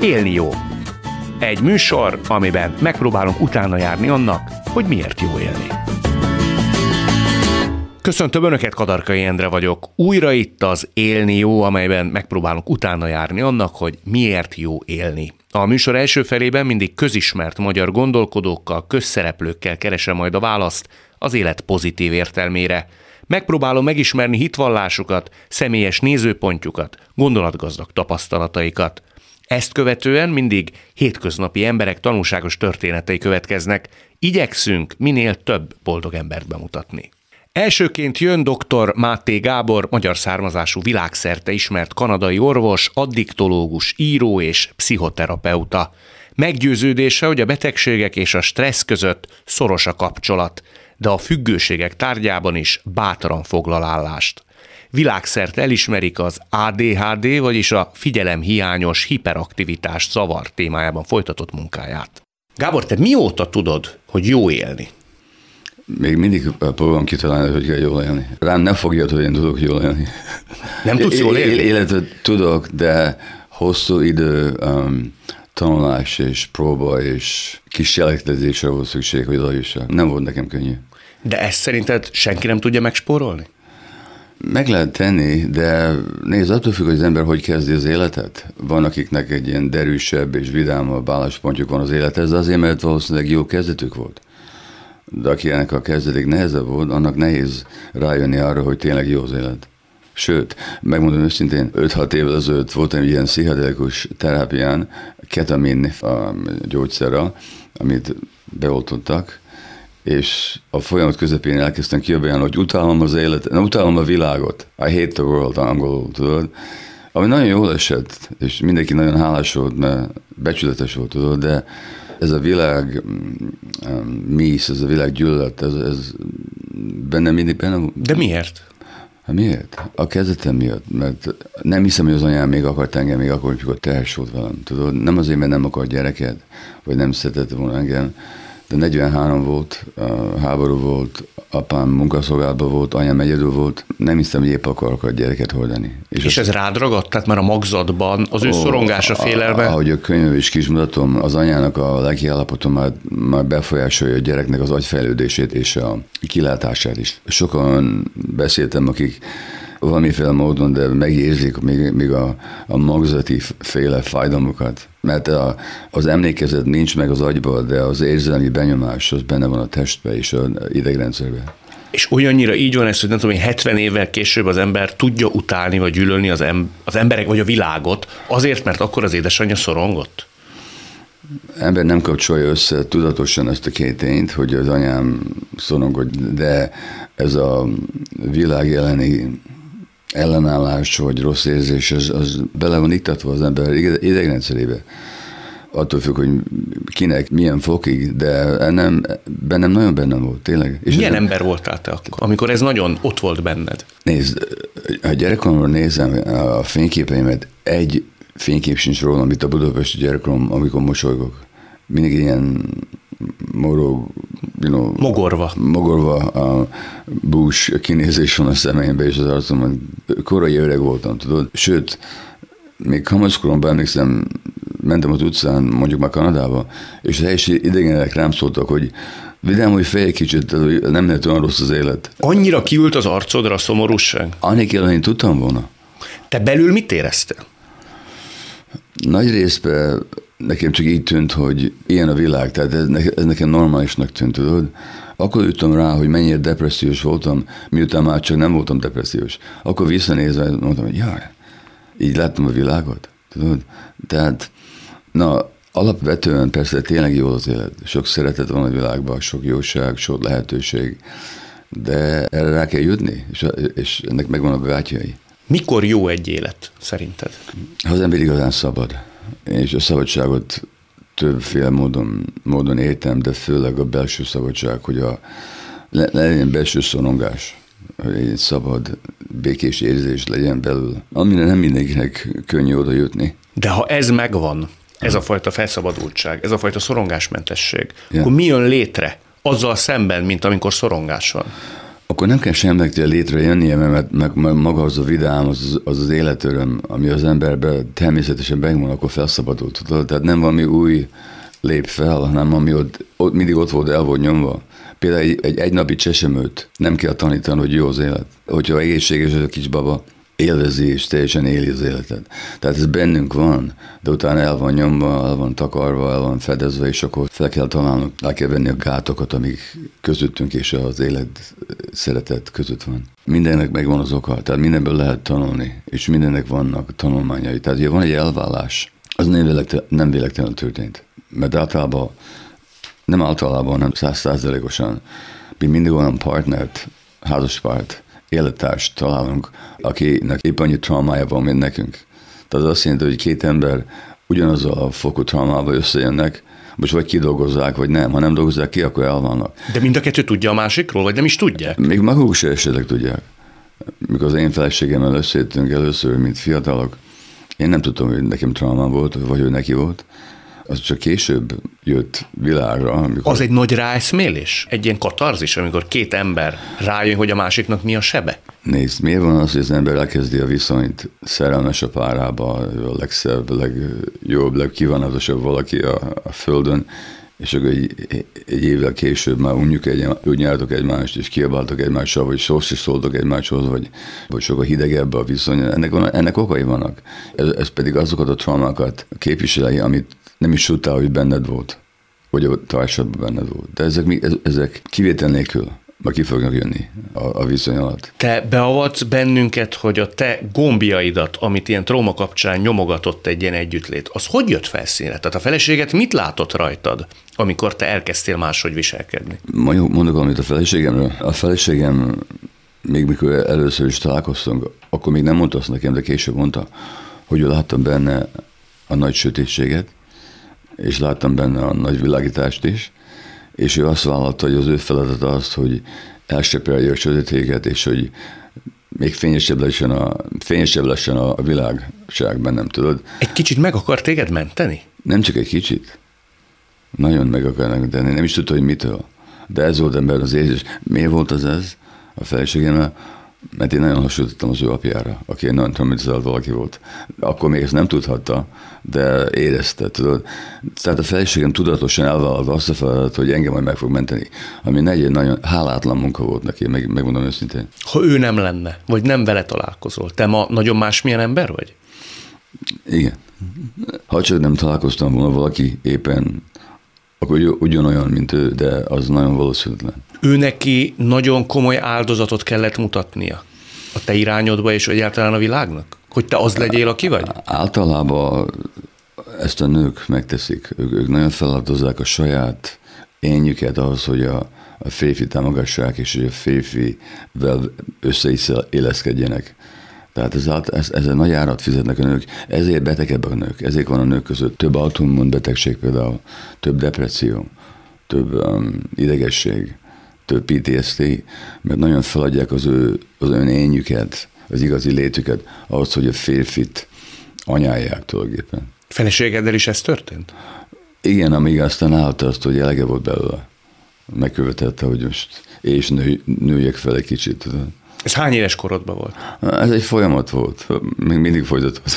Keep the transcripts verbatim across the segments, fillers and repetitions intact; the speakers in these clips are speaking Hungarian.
Élni jó. Egy műsor, amiben megpróbálunk utána járni annak, hogy miért jó élni. Köszöntöm Önöket, Kadarkai Endre vagyok. Újra itt az Élni jó, amelyben megpróbálunk utána járni annak, hogy miért jó élni. A műsor első felében mindig közismert magyar gondolkodókkal, közszereplőkkel keresem majd a választ az élet pozitív értelmére. Megpróbálom megismerni hitvallásukat, személyes nézőpontjukat, gondolatgazdag tapasztalataikat. Ezt követően mindig hétköznapi emberek tanulságos történetei következnek. Igyekszünk minél több boldog embert bemutatni. Elsőként jön dr. Máté Gábor, magyar származású, világszerte ismert kanadai orvos, addiktológus, író és pszichoterapeuta. Meggyőződése, hogy a betegségek és a stressz között szoros a kapcsolat, de a függőségek tárgyában is bátran foglal állást. Világszerte elismerik az á dé há dé, vagyis a figyelemhiányos hiperaktivitás zavar témájában folytatott munkáját. Gábor, te mióta tudod, hogy jó élni? Még mindig próbálom kitalálni, hogy kell jól élni. Rám ne fogjad, hogy én tudok jól élni. Nem tudsz jól élni? Illetve tudok, de hosszú idő um, tanulás és próba és kis cselekedésre volt szükség, hogy eljussak. Nem volt nekem könnyű. De ezt szerinted senki nem tudja megspórolni? Meg lehet tenni, de nézd, attól függ, hogy az ember hogy kezdi az életet. Van, akiknek egy ilyen derűsebb és vidámabb álláspontjuk van az élethez, de azért, mert valószínűleg jó kezdetük volt. De akinek a kezdeték nehezebb volt, annak nehéz rájönni arra, hogy tényleg jó az élet. Sőt, megmondom őszintén, öt-hat évvel ezelőtt voltam egy ilyen pszichedelikus terápián, ketamin a gyógyszerrel, amit beoltottak, és a folyamat közepén elkezdtem kiabálni, hogy utálom az életet, nem utálom a világot. I hate the world, angolul, tudod. Ami nagyon jól esett, és mindenki nagyon hálás volt, mert becsületes volt, tudod, de ez a világ um, mész, ez a világ gyűlölet, ez, ez bennem mindig benne. De miért? Hát miért? A kezdetem miatt, mert nem hiszem, hogy az anyám még akart engem, még akkor, amikor terhes volt velem, tudod. Nem azért, mert nem akart gyereket, vagy nem szeretett volna engem, de negyvenhárom volt, háború volt, apám munkaszolgálatban volt, anyám egyedül volt, nem hiszem, hogy épp akarok a gyereket hordani. És, és ez rád ragadt? Tehát már a magzatban az ő ó, szorongása, félelme? Ahogy a könyvben is kismutatom, az anyának a lelki állapota már, már befolyásolja a gyereknek az agyfejlődését és a kilátását is. Sokan beszéltem, akik valamiféle módon, de megérzik még, még a, a magzati féle fájdalmukat. Mert a, az emlékezet nincs meg az agyban, de az érzelmi benyomás az benne van a testben és az idegrendszerben. És olyannyira így van ez, hogy nem tudom, hogy hetven évvel később az ember tudja utálni vagy gyűlölni az, em, az emberek vagy a világot, azért, mert akkor az édesanyja szorongott? Ember nem kapcsolja össze tudatosan ezt a két tényt, hogy az anyám szorongott, de ez a világ elleni ellenállás vagy rossz érzés, az, az bele van iktatva az ember idegrendszerébe. Attól függ, hogy kinek, milyen fokig, de nem, bennem nagyon bennem volt, tényleg. És milyen ember voltál te akkor, amikor ez nagyon ott volt benned? Nézd, ha gyerekkoromról nézem a fényképeimet, egy fénykép sincs rólam, itt a budapesti gyerekkorom, amikor mosolygok. Mindig ilyen morog, you know, mogorva. Mogorva a bús kinézés van a szemeimben, és az arcomban korai öreg voltam, tudod. Sőt, még kamaszkoromban emlékszem, mentem az utcán, mondjuk már Kanadába, és a helyi idegenek rám szóltak, hogy vidám, hogy fej kicsit, nem lehet olyan rossz az élet. Annyira kiült az arcodra a szomorúság? Annék én tudtam volna. Te belül mit éreztél? Nagy részben nekem csak így tűnt, hogy ilyen a világ, tehát ez, ez nekem normálisnak tűnt, tudod. Akkor jöttem rá, hogy mennyire depressziós voltam, miután már csak nem voltam depressziós. Akkor visszanézve mondtam, hogy jaj, így láttam a világot, tudod. Tehát, na, alapvetően persze tényleg jó az élet. Sok szeretet van a világban, sok jóság, sok lehetőség, de erre rá kell jutni, és, és ennek megvan a bevátjai. Mikor jó egy élet, szerinted? Ha az ember igazán szabad, és a szabadságot többféle módon, módon értem, de főleg a belső szabadság, hogy a, le, legyen belső szorongás, hogy egy szabad, békés érzés legyen belül, amire nem mindenkinek könnyű oda jutni. De ha ez megvan, ez a fajta felszabadultság, ez a fajta szorongásmentesség, ja. akkor mi jön létre azzal szemben, mint amikor szorongás van? akkor nem kell semminek létrejönnie, mert meg maga az a vidám, az az, az életöröm, ami az emberben természetesen megvan, akkor felszabadult. Tudod? Tehát nem valami új lép fel, hanem ami ott, ott mindig ott volt, el volt nyomva. Például egy, egy egynapi csesemőt nem kell tanítani, hogy jó az élet. Hogyha egészséges ez a kisbaba, élvezi és teljesen éli az életet. Tehát ez bennünk van, de utána el van nyomva, el van takarva, el van fedezve, és akkor fel kell találnunk, le kell venni a gátokat, amik közöttünk és az élet szeretet között van. Mindennek megvan az oka, tehát mindenből lehet tanulni, és mindennek vannak tanulmányai. Tehát ha van egy elvállás, az nem véletlenül, nem véletlenül történt. Mert általában, nem általában, hanem száz százalékosan, mi mindig olyan partnert, házaspárt, élettárs találunk, akinek épp annyi traumája van, mint nekünk. Tehát azt jelenti, hogy két ember ugyanazzal a fokú traumával összejönnek, most vagy kidolgozzák, vagy nem. Ha nem dolgozzák ki, akkor elvannak. De mind a kettő tudja a másikról, vagy nem is tudják? Még maguk se esetleg tudják. Mikor az én feleségemmel összejöttünk először, mint fiatalok, én nem tudtam, hogy nekem traumám volt, vagy hogy neki volt. Az csak később jött világra. Amikor... Az egy nagy ráeszmélés? Egy ilyen katarzis, amikor két ember rájön, hogy a másiknak mi a sebe? Nézd, miért van az, hogy az ember elkezdi a viszonyt szerelmes a párába, a legszebb, legjobb, legkívánatosabb valaki a, a földön, és akkor egy, egy évvel később már unjuk egy, úgy nyertok egymást, és kiabáltok egymással, vagy sosem szóltok egymáshoz, vagy, vagy sokkal hidegebb a viszony. Ennek, van, ennek okai vannak. Ez, ez pedig azokat a traumákat képviseli, amit nem is tudtál, hogy benned volt, vagy a társadban benned volt. De ezek, ezek kivétel nélkül már ki fognak jönni a, a viszony alatt. Te beavatsz bennünket, hogy a te gombjaidat, amit ilyen trauma kapcsán nyomogatott egy ilyen együttlét, az hogy jött felszínre? Tehát a feleséget mit látott rajtad, amikor te elkezdtél máshogy viselkedni? Mondok valamit a feleségemről. A feleségem, még mikor először is találkoztunk, akkor még nem mondta azt nekem, de később mondta, hogy láttam benne a nagy sötétséget, és láttam benne a nagy világítást is, és ő azt vállalta, hogy az ő feladata az, hogy elsöpelje a sötétséget, és hogy még fényesebb lesen a, fényesebb lesen a világság bennem, tudod. Egy kicsit meg akar téged menteni? Nem csak egy kicsit. Nagyon meg akarnak tenni. Nem is tudta, hogy mitől. De ez volt ember az érzés. Miért volt az ez a feleségemmel? Mert én nagyon hasonlítottam az ő apjára, aki egy nagyon traumatizált valaki volt. Akkor még ezt nem tudhatta, de érezte, tudod. Tehát a feleségem tudatosan elvállalta azt a feladatot, hogy engem majd meg fog menteni. Ami egy nagyon hálátlan munka volt neki, meg, megmondom őszintén. Ha ő nem lenne, vagy nem vele találkozol, te ma nagyon másmilyen ember vagy? Igen. Ha csak nem találkoztam volna valaki éppen, akkor ugyanolyan, mint ő, de az nagyon valószínűtlen. Ő neki nagyon komoly áldozatot kellett mutatnia a te irányodba, és egyáltalán a világnak? Hogy te az legyél, aki vagy? Általában ezt a nők megteszik. Ők, ők nagyon feláldozzák a saját énjüket ahhoz, hogy a, a férfi támogassák, és hogy a férfivel összeilleszkedjenek. Tehát ez, ez, ez egy nagy árat fizetnek a nők, ezért betegebbek a nők, ezért van a nők között több autoimmun betegség például, több depresszió, több um, idegesség, több pé té es dé, mert nagyon feladják az ő az ön énjüket, az igazi létüket, ahhoz, hogy a férfit anyálják tulajdonképpen. Feleségeddel is ez történt? Igen, amíg aztán állta azt, hogy elege volt belőle. Megkövetette, hogy most és nő, nőjek fel egy kicsit, tudod. Ez hány éves korodban volt? Ez egy folyamat volt, még mindig folytatódik.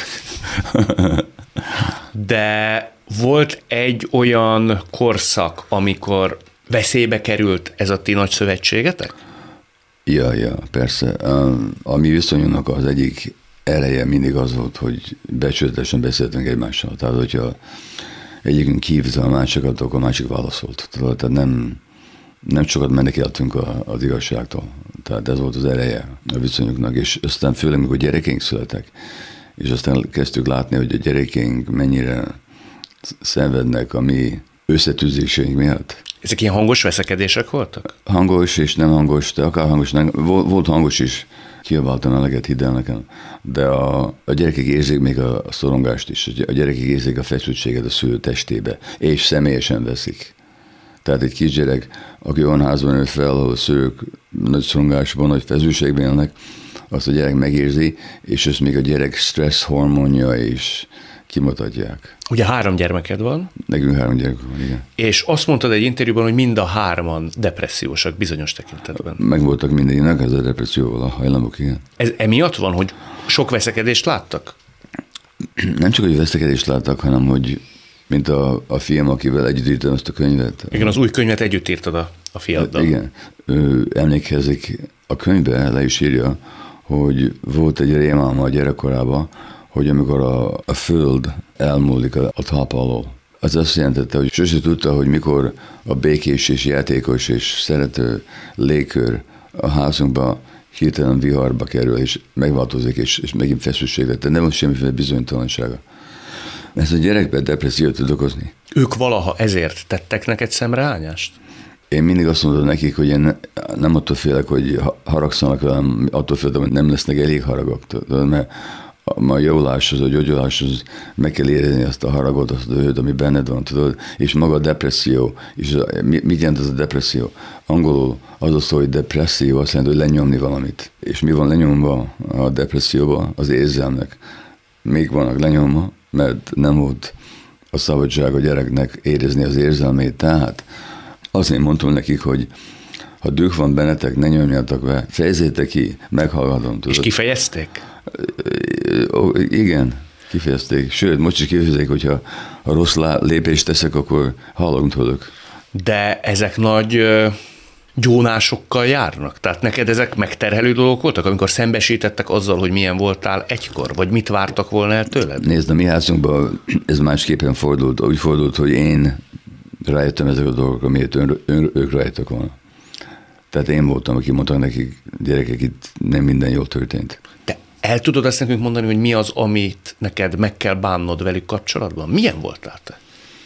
De volt egy olyan korszak, amikor veszélybe került ez a ti nagy szövetségetek? Ja, ja, persze. A mi viszonyunknak az egyik ereje mindig az volt, hogy becsületesen beszéltünk egymással. Tehát, hogyha egyikünk hívta a másikat, akkor a másik válaszolt. Tehát nem, nem sokat menekéltünk az igazságtól. Tehát ez volt az ereje a viszonyunknak, és aztán főleg, amikor gyerekeink születtek, és aztán kezdtük látni, hogy a gyerekeink mennyire szenvednek a mi összetűzéseink miatt. Ezek ilyen hangos veszekedések voltak? Hangos és nem hangos, de akár hangos, nem, volt hangos is. Kiabáltam eleget, hidd el nekem. De a, a gyerekek érzik még a, a szorongást is, a gyerekek érzik a feszültséget a szülő testébe, és személyesen veszik. Tehát egy kisgyerek, aki olyan házban nő fel, ahol a szülők nagy szorongásban, nagy feszültségben élnek, azt a gyerek megérzi, és ezt még a gyerek stressz hormonja is kimutatják. Ugye három gyermeked van? Nekünk három gyermek van, igen. És azt mondtad egy interjúban, hogy mind a hárman depressziósak bizonyos tekintetben. Meg voltak mindenkinek, ez a depresszióval a hajlamok, igen. Ez emiatt van, hogy sok veszekedést láttak? Nem csak, hogy veszekedést láttak, hanem, hogy mint a, a film, akivel együtt írtam ezt a könyvet. Igen, az új könyvet együtt írtad a, a fiaddal. Igen. Ő emlékezik, a könyvbe le is írja, hogy volt egy rémálma a gyerekkorában, hogy amikor a, a föld elmúlik a, a talpa alól, az azt jelentette, hogy sose tudta, hogy mikor a békés és játékos és szerető légkör a házunkba hirtelen viharba kerül, és megváltozik, és, és megint feszültség lett, de nem volt semmiféle bizonytalansága. Ez a gyerekben depressziót tud okozni. Ők valaha ezért tettek neked szemrehányást? Én mindig azt mondom nekik, hogy én nem attól félek, hogy haragszanak velem, attól félek, hogy nem lesznek elég haragok. Tudod, mert a javuláshoz, a gyógyuláshoz meg kell érezni azt a haragot, azt a dühöt, ami benned van, tudod, és maga a depresszió. És a, mit jelent ez a depresszió? Angolul az a szó, hogy depresszió, azt jelenti, hogy lenyomni valamit. És mi van lenyomva a depresszióban? Az érzelmek. Még vannak lenyomva, mert nem volt a szabadság a gyereknek érezni az érzelmét. Tehát azért mondtam nekik, hogy ha düh van bennetek, ne nyomjatok be, fejezzétek ki, meghallgatom. Tudod. És kifejezték? Igen, kifejezték. Sőt, most is kifejezik, hogyha a rossz lépést teszek, akkor hallunk tőlük. De ezek nagy ö, gyónásokkal járnak? Tehát neked ezek megterhelő dolgok voltak, amikor szembesítettek azzal, hogy milyen voltál egykor? Vagy mit vártak volna el tőled? Nézd, a mi házunkban ez másképpen fordult. Úgy fordult, hogy én rájöttem ezek a dolgokra, miért ön, ön, ők rájöttek volna. Tehát én voltam, aki mondta nekik, gyerekek, itt nem minden jól történt. De el tudod ezt nekünk mondani, hogy mi az, amit neked meg kell bánnod velük kapcsolatban? Milyen voltál te?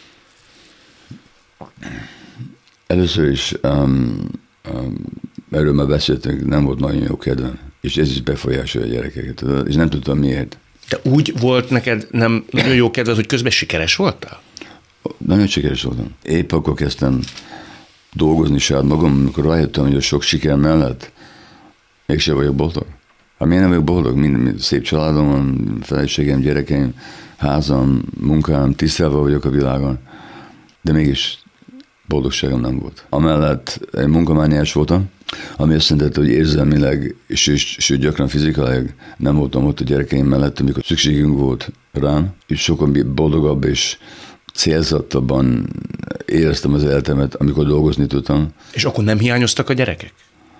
Először is um, um, erről már beszéltünk, nem volt nagyon jó kedvem, és ez is befolyásolja a gyerekeket, tudod? És nem tudtam miért. De úgy volt neked nem nagyon jó kedved, hogy közben sikeres voltál? Nagyon sikeres voltam. Épp akkor kezdtem dolgozni saját magam, amikor rájöttem, hogy a sok siker mellett mégsem vagyok boldog. Hát miért nem vagyok boldog? Mind, mind szép családom van, feleségem, gyerekeim, házam, munkám, tisztelve vagyok a világon, de mégis boldogságom nem volt. Amellett egy munkamániás voltam, ami azt jelenti, hogy érzelmileg, és, és, és gyakran fizikailag nem voltam ott a gyerekeim mellett, amikor szükségünk volt rám, és sokkal boldogabb és célzottabban éreztem az életemet, amikor dolgozni tudtam. És akkor nem hiányoztak a gyerekek?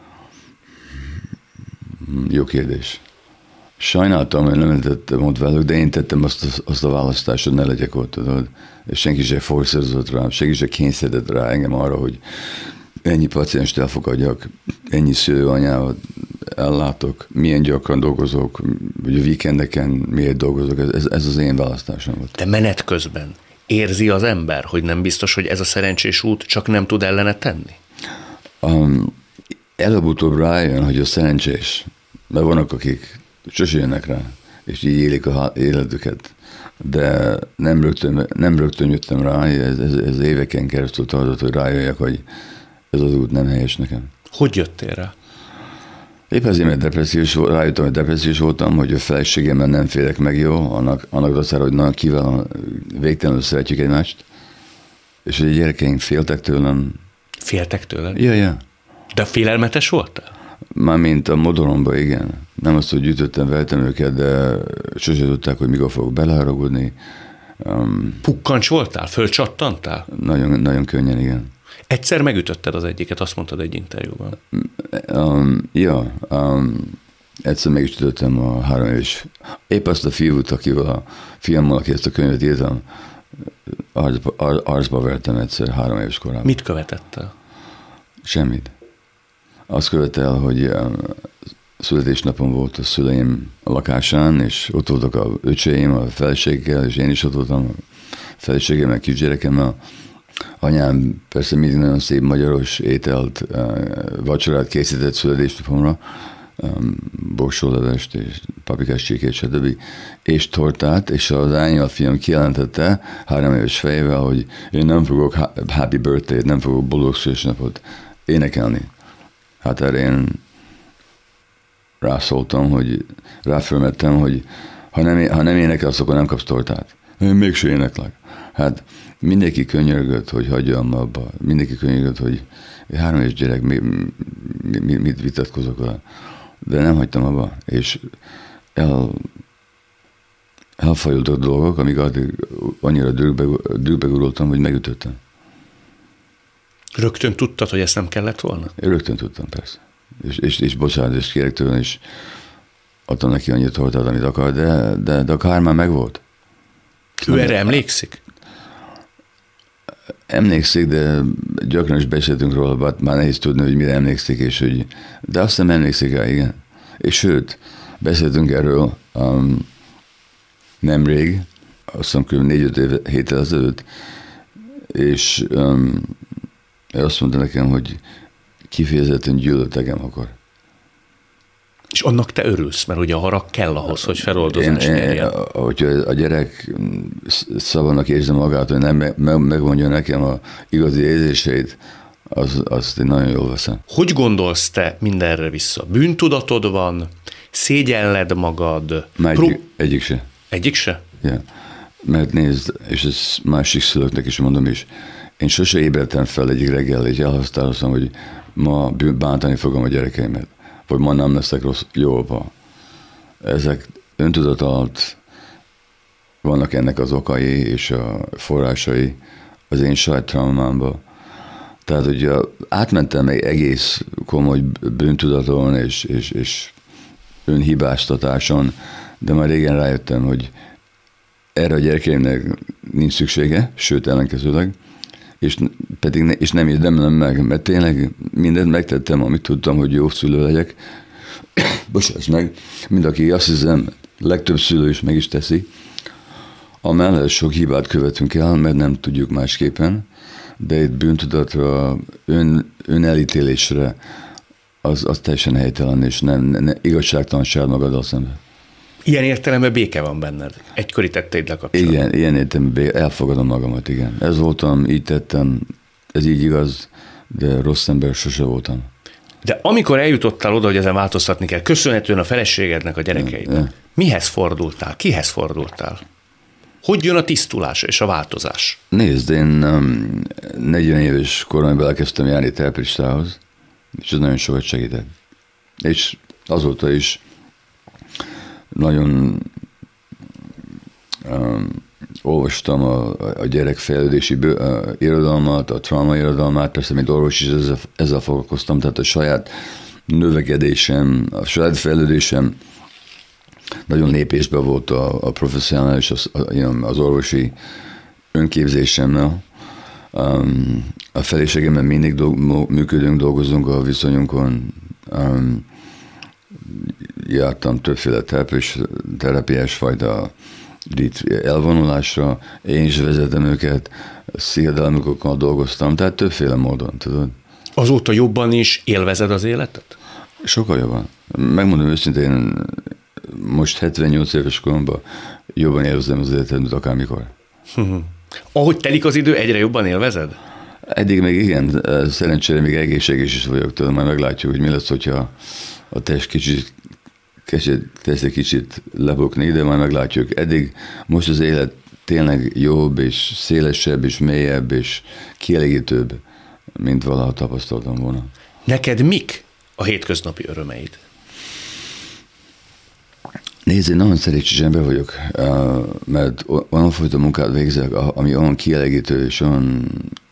Jó kérdés. Sajnáltam, hogy nem tettem ott velük, de én tettem azt, azt a választást, hogy ne legyek ott, tudod. És senki se forszírozott rám, senki se kényszerített rá engem arra, hogy ennyi pacienst elfogadjak, ennyi szülőanyával ellátok, milyen gyakran dolgozok, vagy a víkendeken miért dolgozok, ez, ez az én választásom volt. De menet közben érzi az ember, hogy nem biztos, hogy ez a szerencsés út, csak nem tud ellene tenni? Um, előbb-utóbb rájön, hogy a szerencsés, mert vannak, akik sose jönnek rá, és így élik a életüket. De nem rögtön, nem rögtön jöttem rá, ez, ez, ez éveken keresztül tartott, hogy rájöjjek, hogy ez az út nem helyes nekem. Hogy jöttél rá? Épp azért, mert depressziós, rájöttem, hogy depressziós voltam, hogy a feleségemmel nem félek meg jó, annak, annak dacára, hogy nagyon kivel végtelenül szeretjük egymást, és hogy a gyerekeim féltek tőlem. Féltek tőled? Ja, ja. De félelmetes voltál? Mármint a modoromban, igen. Nem azt, hogy gyűjtöttem, veltem őket, de sose tudták, hogy mikor fogok beleharagudni. Um, Pukkancs voltál? Fölcsattantál? Nagyon, nagyon könnyen, igen. Egyszer megütötted az egyiket, azt mondtad egy interjúban. Um, ja, um, egyszer meg is ütöttem a három éves. Épp azt a fiút, akivel a fiammal, aki ezt a könyvet írtam, arcba, ar, arcba vertem egyszer három éves korában. Mit követett el? Semmit. Azt követel, hogy um, születésnapom volt a szüleim a lakásán, és ott voltak a öcseim, a feleségekkel, és én is ott voltam a feleségemmel, kisgyerekemmel. Anyám persze mindig nagyon szép magyaros ételt, vacsorát készített születésnapomra, borsólevest és paprikás csirkét, stb. És tortát, és az ánya, a fiam kijelentette három éves fejével, hogy én nem fogok happy birthday, nem fogok boldog születésnapot énekelni. Hát erre én rászóltam, hogy ráfölmettem, hogy ha nem, ha nem énekelsz, akkor nem kapsz tortát. Én mégse éneklek. Hát mindenki könyörgött, hogy hagyjam abba. Mindenki könyörgött, hogy három éves gyerek, mi, mi, mit vitatkozok vele. De nem hagytam abba, és el, elfajultak dolgok, amíg addig annyira dűlbe gurultam, hogy megütöttem. Rögtön tudtad, hogy ezt nem kellett volna? Én rögtön tudtam, persze. És, és, és bocsánat, és kérek tőle, és adtam neki annyit holtad, amit akar, de, de, de a kármán megvolt. Ő erre emlékszik? Emlékszik, de gyakran is beszéltünk róla, már nehéz tudni, hogy mire emlékszik, és hogy, de azt nem emlékszik rá, igen. És sőt, beszéltünk erről um, nemrég, azt hiszem kb. négy-öt héttel ezelőtt, és um, azt mondta nekem, hogy kifejezetten gyűlölt engem akkor. És annak te örülsz, mert ugye a harag kell ahhoz, hogy feloldozás nyerjen. Hogyha a gyerek szabadnak érzi magát, hogy nem megmondja nekem a igazi érzéseit, az, azt én nagyon jól veszem. Hogy gondolsz te mindenre vissza? Bűntudatod van? Szégyelled magad? Már Pró- egyik, egyik se. Egyik se? Ja. Mert nézd, és ez másik szülőknek is mondom is, én sose ébredtem fel egyik reggel, és elhatároztam, hogy ma bántani fogom a gyerekeimet, vagy ma nem leszek rossz, jó apa. Ezek öntudat alatt vannak ennek az okai és a forrásai az én saját traumámba. Tehát ugye átmentem egy egész komoly bűntudaton és, és, és önhibáztatáson, de már régen rájöttem, hogy erre a gyerekeimnek nincs szüksége, sőt ellenkezőleg, és pedig ne, és nem érdemlem meg, mert tényleg mindent megtettem, amit tudtam, hogy jó szülő legyek. Bocsáss meg, mind aki azt hiszem, legtöbb szülő is meg is teszi. Amellett sok hibát követünk el, mert nem tudjuk másképpen, de itt bűntudatra, ön, önelítélésre az, az teljesen helytelen, és nem, ne, igazságtalanság magaddal szemben. Ilyen értelemben béke van benned. Egykori tetteid kapcsolatban. Igen, ilyen értelemben elfogadom magamat, igen. Ez voltam, így tettem, ez így igaz, de rossz ember sose voltam. De amikor eljutottál oda, hogy ezen változtatni kell, köszönhetően a feleségednek, a gyerekeidnek, ja, ja. mihez fordultál? Kihez fordultál? Hogy jön a tisztulás és a változás? Nézd, én um, negyven éves koromban elkezdtem járni terapeutához, és ez nagyon sokat segített. És azóta is nagyon um, olvastam a, a gyerek fejlődési bő, a irodalmat, a trauma irodalmát, persze, mint orvos is ezzel, ezzel foglalkoztam, tehát a saját növekedésem, a saját fejlődésem nagyon lépésben volt a, a professzionális, az, az orvosi önképzésemmel. Um, a feleségemmel mindig dolg, működünk, dolgozunk a viszonyunkon. Um, jártam többféle terápiás fajta elvonulásra, én is vezetem őket, sziedelmükökkel dolgoztam, tehát többféle módon, tudod. Azóta jobban is élvezed az életet? Sokkal jobban. Megmondom őszintén, most hetvennyolc éves koromban jobban élvezem az életet, mint akármikor. Ahogy telik az idő, egyre jobban élvezed? Eddig még igen, szerencsére még egészséges is vagyok, tudom, majd meglátjuk, hogy mi lesz, hogyha a test kicsit, kicsit kezd egy kicsit lebukni, de majd meglátjuk. Eddig most az élet tényleg jobb, és szélesebb, és mélyebb, és kielégítőbb, mint valaha tapasztaltam volna. Neked mik a hétköznapi örömeid? Nézd, én nagyon szerencsés ember vagyok, mert olyan fajta munkát végzek, ami olyan kielégítő, és olyan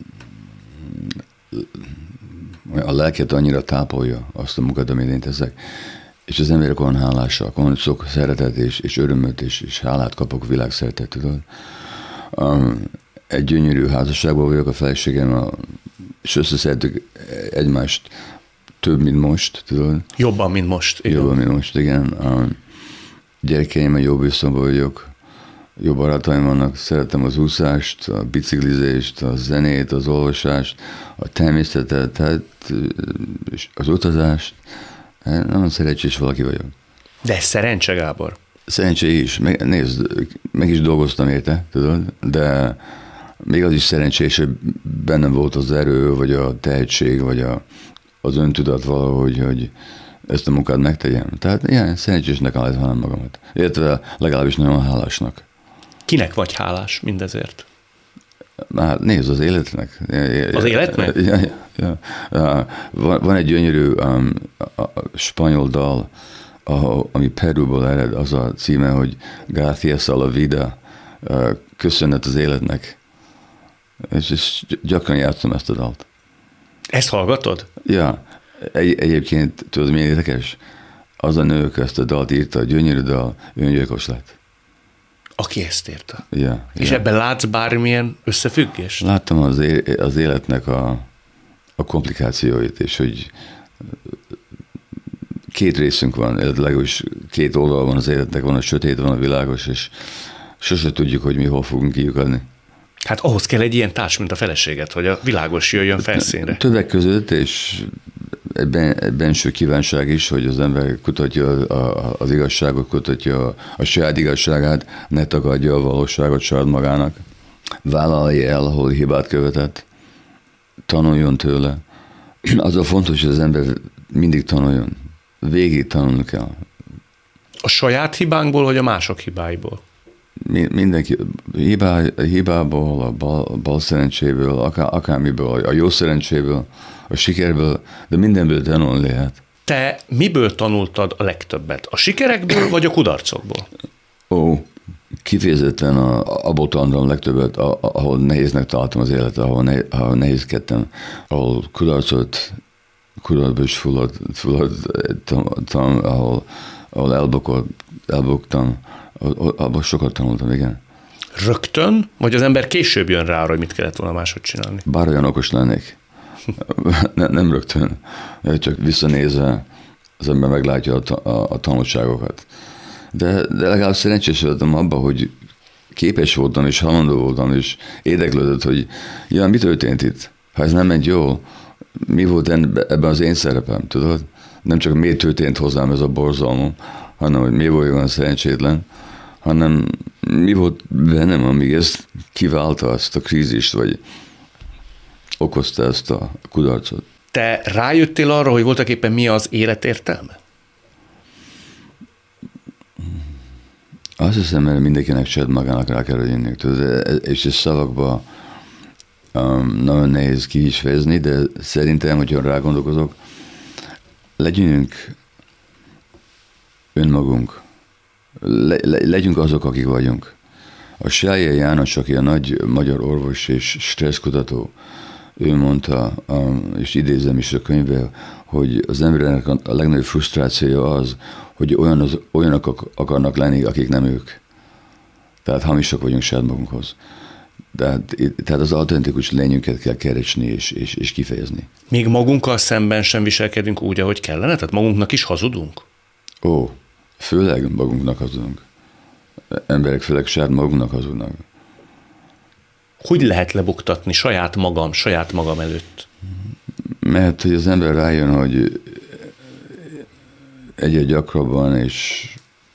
a lelket annyira tápolja azt a munkát, amit én teszek. És az emberek olyan hálásak, olyan sok szeretet és, és örömöt és, és hálát kapok világszerte, tudod. Egy gyönyörű házasságban vagyok a feleségem, és összeszedtük egymást több, mint most, tudod. Jobban, mint most. Igen. Jobban, mint most, igen. A gyerekeimmel jobb viszonyban vagyok, jó barátaim vannak, szeretem az úszást, a biciklizést, a zenét, az olvasást, a természetet, tehát az utazást. Nagyon szerencsés valaki vagyok. De szerencse, Gábor. Szerencsé is. Meg, nézd, meg is dolgoztam érte, tudod, de még az is szerencsés, hogy bennem volt az erő, vagy a tehetség, vagy a, az öntudat valahogy, hogy ezt a munkát megtegyem. Tehát ilyen szerencsésnek állítanám magamat. Illetve legalábbis nagyon hálásnak. Kinek vagy hálás mindezért? Hát nézd, az életnek. Az életnek? Ja, ja, ja. Van, van egy gyönyörű um, a, a spanyol dal, ahol, ami Perúból ered, az a címe, hogy Gracias a la vida, uh, köszönet az életnek. És, és gyakran játszom ezt a dalt. Ezt hallgatod? Ja, egy, egyébként tudod, milyen érdekes? Az a nő, aki ezt a dalt írta, a gyönyörű dal, öngyilkos lett. Aki ezt írta. Ja, És ja. ebben látsz bármilyen összefüggést? Láttam az, é- az életnek a, a komplikációit, és hogy két részünk van, legalábbis két oldal van az életnek, van a sötét, van a világos, és sose tudjuk, hogy mi hol fogunk kiukadni. Hát ahhoz kell egy ilyen társ, mint a feleséget, hogy a világos jöjjön felszínre. Többek között, és egy, ben, egy benső kívánság is, hogy az ember kutatja a, az igazságot, kutatja a, a saját igazságát, ne tagadja a valóságot saját magának, vállalja el, ahol hibát követett, tanuljon tőle. Az a fontos, hogy az ember mindig tanuljon. Végig tanulni kell. A saját hibánkból, vagy a mások hibáiból? Mindenki hibá, hibából, a bal, bal szerencséből, akár, akármiből, a jó szerencséből, a sikerből, de mindenből tanulni lehet. Te miből tanultad a legtöbbet? A sikerekből, vagy a kudarcokból? Ó, kifejezetten a, abból tanultam legtöbbet, ahol nehéznek találtam az életet, ahol, ne, ahol nehézkedtem, ahol kudarcot, kudarcba is fullad, fullad tam, ahol, ahol elbukott, elbuktam, abban sokat tanultam, igen. Rögtön? Vagy az ember később jön rá arra, hogy mit kellett volna máshogy csinálni? Bár olyan okos lennék. ne, nem rögtön. Csak visszanézve az ember meglátja a, a, a tanulságokat. De, de legalább szerencsés voltam abban, hogy képes voltam, és halandó voltam, és érdeklődött, hogy ja, mi történt itt? Ha ez nem ment jól, mi volt ebben az én szerepem, tudod? Nem csak miért történt hozzám ez a borzalmam, hanem hogy mi volt olyan szerencsétlen, hanem mi volt bennem, amíg ezt kiválta ezt a krízist, vagy okozta ezt a kudarcot. Te rájöttél arra, hogy voltak éppen mi az élet értelme? Azt hiszem, mert mindenkinek saját magának rá kell jönni. És ez szavakban um, nagyon nehéz ki is fejezni, de szerintem, hogyha rágondolkozok, legyünk önmagunk. Le, le, legyünk azok, akik vagyunk. A Sájer János, aki a nagy magyar orvos és stresszkutató, ő mondta, és idézem is a könyvben, hogy az embernek a legnagyobb frusztrációja az, hogy olyan az, olyanok akarnak lenni, akik nem ők. Tehát hamisak vagyunk saját magunkhoz. Tehát, tehát az autentikus lényünket kell keresni és, és, és kifejezni. Még magunkkal szemben sem viselkedünk úgy, ahogy kellene? Tehát magunknak is hazudunk? Ó, főleg magunknak hazudunk. Emberek főleg saját magunknak hazudnak. Hogy lehet lebuktatni saját magam, saját magam előtt? Mert hogy az ember rájön, hogy egyre gyakrabban és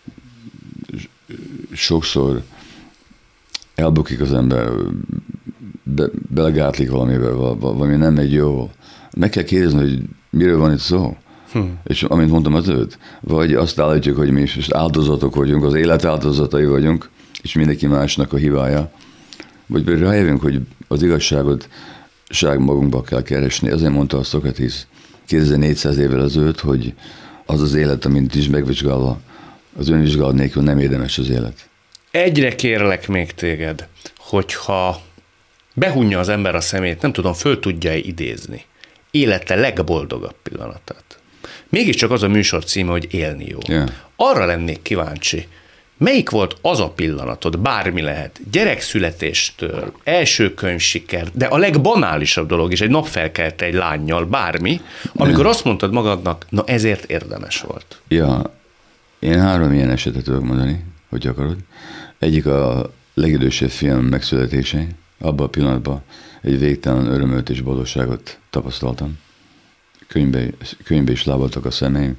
sokszor elbukik az ember, be, belegátlik valamivel, valami nem megy jól. Meg kell kérdezni, hogy miről van itt szó. Hm. És amint mondtam az őt, vagy azt állítjuk, hogy mi is áldozatok vagyunk, az élet áldozatai vagyunk, és mindenki másnak a hibája. Vagy rájövünk, hogy az igazságot ság magunkba kell keresni. Ezért mondta a Szokratész kétezer-négyszáz évvel ezelőtt, hogy az az élet, amint is megvizsgálva, az önvizsgálat nélkül nem érdemes az élet. Egyre kérlek még téged, hogyha behunja az ember a szemét, nem tudom, föl tudja-e idézni élete legboldogabb pillanatát. Mégiscsak az a műsor címe, hogy élni jó. Yeah. Arra lennék kíváncsi, melyik volt az a pillanatod, bármi lehet, gyerekszületéstől, első könyvsiker, de a legbanálisabb dolog is, egy napfelkelte egy lánnyal, bármi, amikor yeah. azt mondtad magadnak, na ezért érdemes volt. Ja, én három ilyen esetet tudok mondani, hogy akarod. Egyik a legidősebb fiam megszületése, abban a pillanatban egy végtelen örömöt és boldogságot tapasztaltam. Könyvbe, könyvbe is lábaltak a szemeim.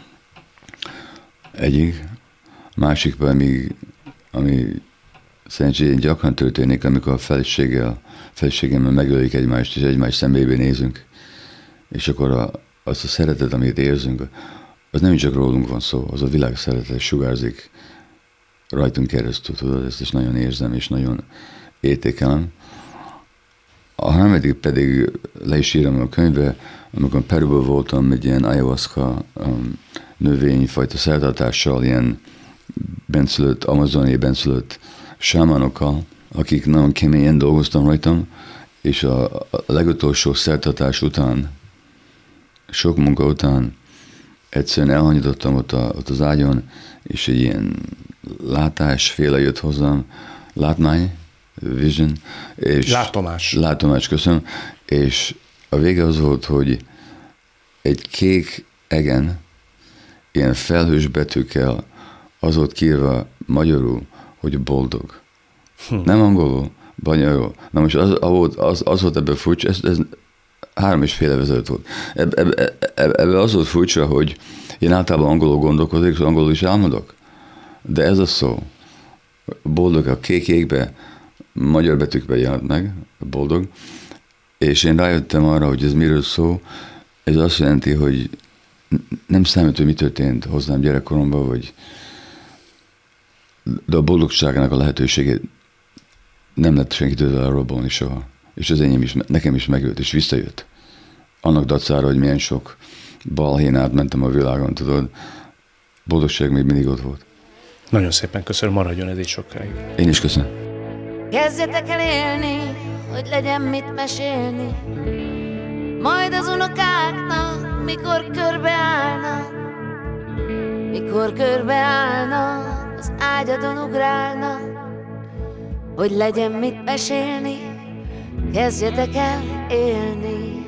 Egyik. Másik pedig, ami szerencsére gyakran történik, amikor a feleséggel, feleségemmel megölik egymást, és egymás szemébe nézünk. És akkor a, azt a szeretet, amit érzünk, az nem csak rólunk van szó, az a világ szeretet sugárzik rajtunk keresztül, tudod, ezt is nagyon érzem, és nagyon értékelem. A harmadik pedig le is írom a könyvbe, amikor Peruban voltam egy ilyen ayahuasca um, növényfajta szertartással, ilyen benszülött, amazoni benszülött sámánokkal, akik nagyon keményen dolgoztam rajtam, és a, a legutolsó szertartás után, sok munka után egyszerűen elhanyítottam ott, a, ott az ágyon, és egy ilyen látásféle jött hozzám, látmány, vision. És látomás. Látomás, köszönöm. És a vége az volt, hogy egy kék egen, ilyen felhős betűkkel az volt kiírva magyarul, hogy boldog. Hm. Nem angolul, banyolul. Na most az, az, az volt ebben furcsa, ez, ez három és fél évezet volt. Ebben ebbe, ebbe az volt furcsa, hogy én általában angolul gondolkodik, és angolul is álmodok. De ez a szó, boldog a kék égbe, magyar betűkben jelent meg, boldog, és én rájöttem arra, hogy ez miről szó, ez azt jelenti, hogy nem számít, hogy mi történt hozzám gyerekkoromban, vagy de a boldogságnak a lehetőségét nem lett senkitől elrabolni soha. És az enyém is, nekem is megjött, és visszajött. Annak dacára, hogy milyen sok balhén átmentem a világon, tudod, boldogság még mindig ott volt. Nagyon szépen köszönöm, maradjon ez így sokáig. Én is köszönöm. Kezdjetek el élni, hogy legyen mit mesélni, majd az unokáknak, mikor körbeállnak, mikor körbeállnak, az ágyadon ugrálnak, hogy legyen mit mesélni, kezdjetek el élni.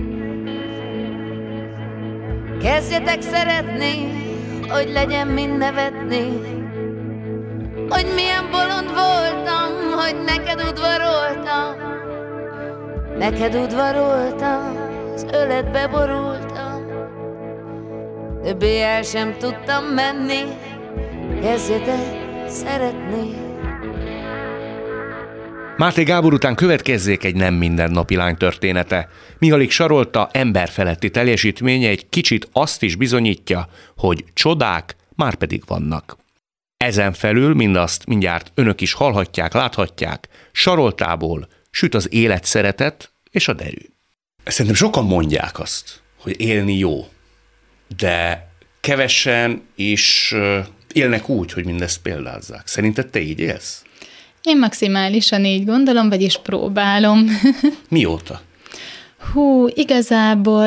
Kezdjetek szeretni, hogy legyen mind nevetni, hogy milyen bolond voltam, hogy neked udvaroltam, neked udvaroltam, az öletbe borultam, többé el sem tudtam menni, kezdjetek szeretni. Máté Gábor után következzék egy nem mindennapi lány története. Mihálik Sarolta emberfeletti teljesítménye egy kicsit azt is bizonyítja, hogy csodák már pedig vannak. Ezen felül mindazt mindjárt önök is hallhatják, láthatják, Saroltából süt az élet szeretet és a derű. Szerintem sokan mondják azt, hogy élni jó, de kevesen is élnek úgy, hogy mindezt példázzák. Szerinted te így élsz? Én maximálisan így gondolom, vagyis próbálom. Mióta? Hú, igazából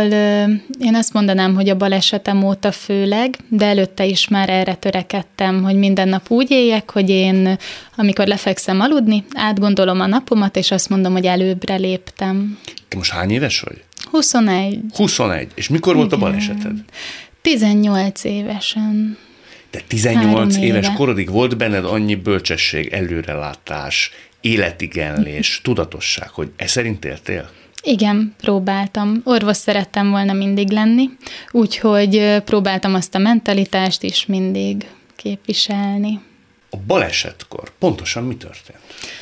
én azt mondanám, hogy a balesetem óta főleg, de előtte is már erre törekedtem, hogy minden nap úgy éljek, hogy én, amikor lefekszem aludni, átgondolom a napomat, és azt mondom, hogy előbbre léptem. Te most hány éves vagy? huszonegy. huszonegy. És mikor Igen. volt a baleseted? tizennyolc évesen. De tizennyolc Három éves éve. korodig volt benned annyi bölcsesség, előrelátás, életigenlés, tudatosság, hogy e szerint éltél? Igen, próbáltam. Orvos szerettem volna mindig lenni, úgyhogy próbáltam azt a mentalitást is mindig képviselni. A balesetkor pontosan mi történt?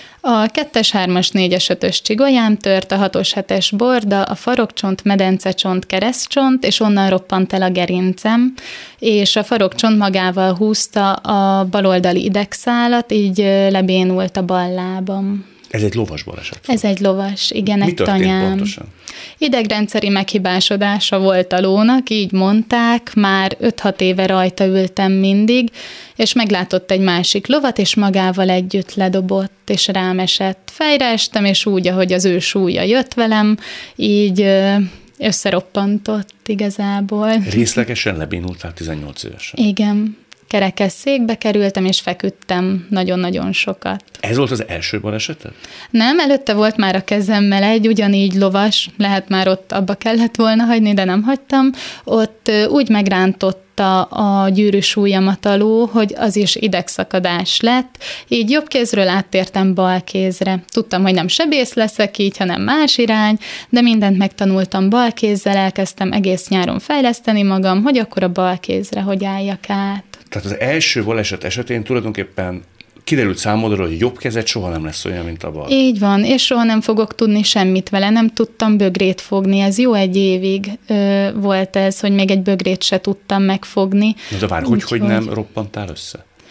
A kettes, hármas, négyes, ötös csigolyám tört, a hatos, hetes borda, a farokcsont, medencecsont, keresztcsont, és onnan roppant el a gerincem, és a farokcsont magával húzta a baloldali idegszálat, így lebénult a bal lábam. Ez egy lovas baleset. Ez egy lovas, igen, Mi egy történt tanyám. pontosan? Idegrendszeri meghibásodása volt a lónak, így mondták, már öt-hat éve rajta ültem mindig, és meglátott egy másik lovat, és magával együtt ledobott, és rám esett. Fejre estem, és úgy, ahogy az ő súlya jött velem, így összeroppantott igazából. Részlegesen lebénultál tizennyolc évesen? Igen. Kerekesszékbe kerültem, és feküdtem nagyon-nagyon sokat. Ez volt az első baleseted? Nem, előtte volt már a kezemmel egy, ugyanígy lovas, lehet már ott abba kellett volna hagyni, de nem hagytam. Ott úgy megrántotta a gyűrűs ujjamat a ló, hogy az is idegszakadás lett, így jobb kézről áttértem bal kézre. Tudtam, hogy nem sebész leszek így, hanem más irány, de mindent megtanultam bal kézzel, elkezdtem egész nyáron fejleszteni magam, hogy akkor a bal kézre hogy álljak át. Tehát az első baleset esetén tulajdonképpen kiderült számodra, hogy jobb kezed soha nem lesz olyan, mint a bal. Így van, és soha nem fogok tudni semmit vele, nem tudtam bögrét fogni, ez jó egy évig ö, volt ez, hogy még egy bögrét se tudtam megfogni. Na de várj, hogy, hogy nem roppantál össze?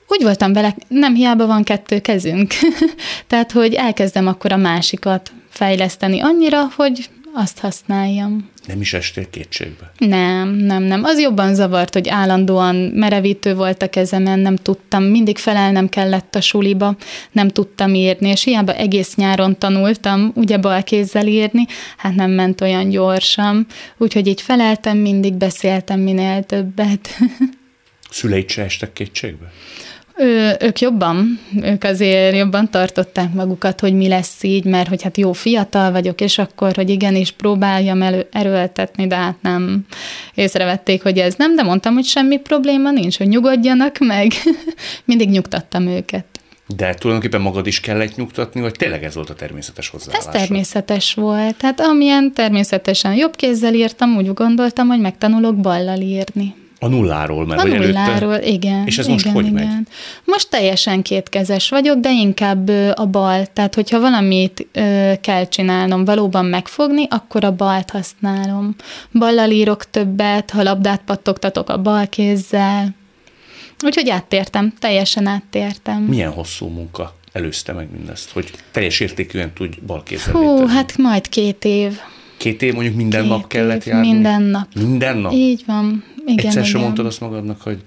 Úgy voltam vele, nem hiába van kettő kezünk. Tehát, hogy elkezdem akkor a másikat fejleszteni annyira, hogy azt használjam. Nem is estél kétségbe? Nem, nem, nem. Az jobban zavart, hogy állandóan merevítő volt a kezemen, nem tudtam, mindig felelnem kellett a suliba, nem tudtam írni, és hiába egész nyáron tanultam, ugye balkézzel írni, hát nem ment olyan gyorsan. Úgyhogy így feleltem, mindig beszéltem minél többet. Szüleid se estek kétségbe? Ő, ők jobban, ők azért jobban tartották magukat, hogy mi lesz így, mert hogy hát jó, fiatal vagyok, és akkor, hogy igenis próbáljam elő, erőltetni, de hát nem észrevették, hogy ez nem, de mondtam, hogy semmi probléma nincs, hogy nyugodjanak meg. Mindig nyugtattam őket. De tulajdonképpen magad is kellett nyugtatni, vagy tényleg ez volt a természetes hozzáállás? Ez természetes volt. Tehát amilyen természetesen jobb kézzel írtam, úgy gondoltam, hogy megtanulok ballal írni. A nulláról, mert a vagy nulláról, előtte... igen. És ez igen, most hogy igen. megy? Most teljesen kétkezes vagyok, de inkább a bal. Tehát, hogyha valamit ö, kell csinálnom, valóban megfogni, akkor a balt használom. Ballal írok többet, ha labdát pattogtatok a bal kézzel. Úgyhogy áttértem, teljesen áttértem. Milyen hosszú munka előzte meg mindezt, hogy teljes értékűen tudj balkézzel Hú, létezni? hát majd két év. Két év mondjuk minden Két nap kellett év, járni? Minden nap. Minden nap? Így van. Igen, Egyszer sem igen. mondtad azt magadnak, hogy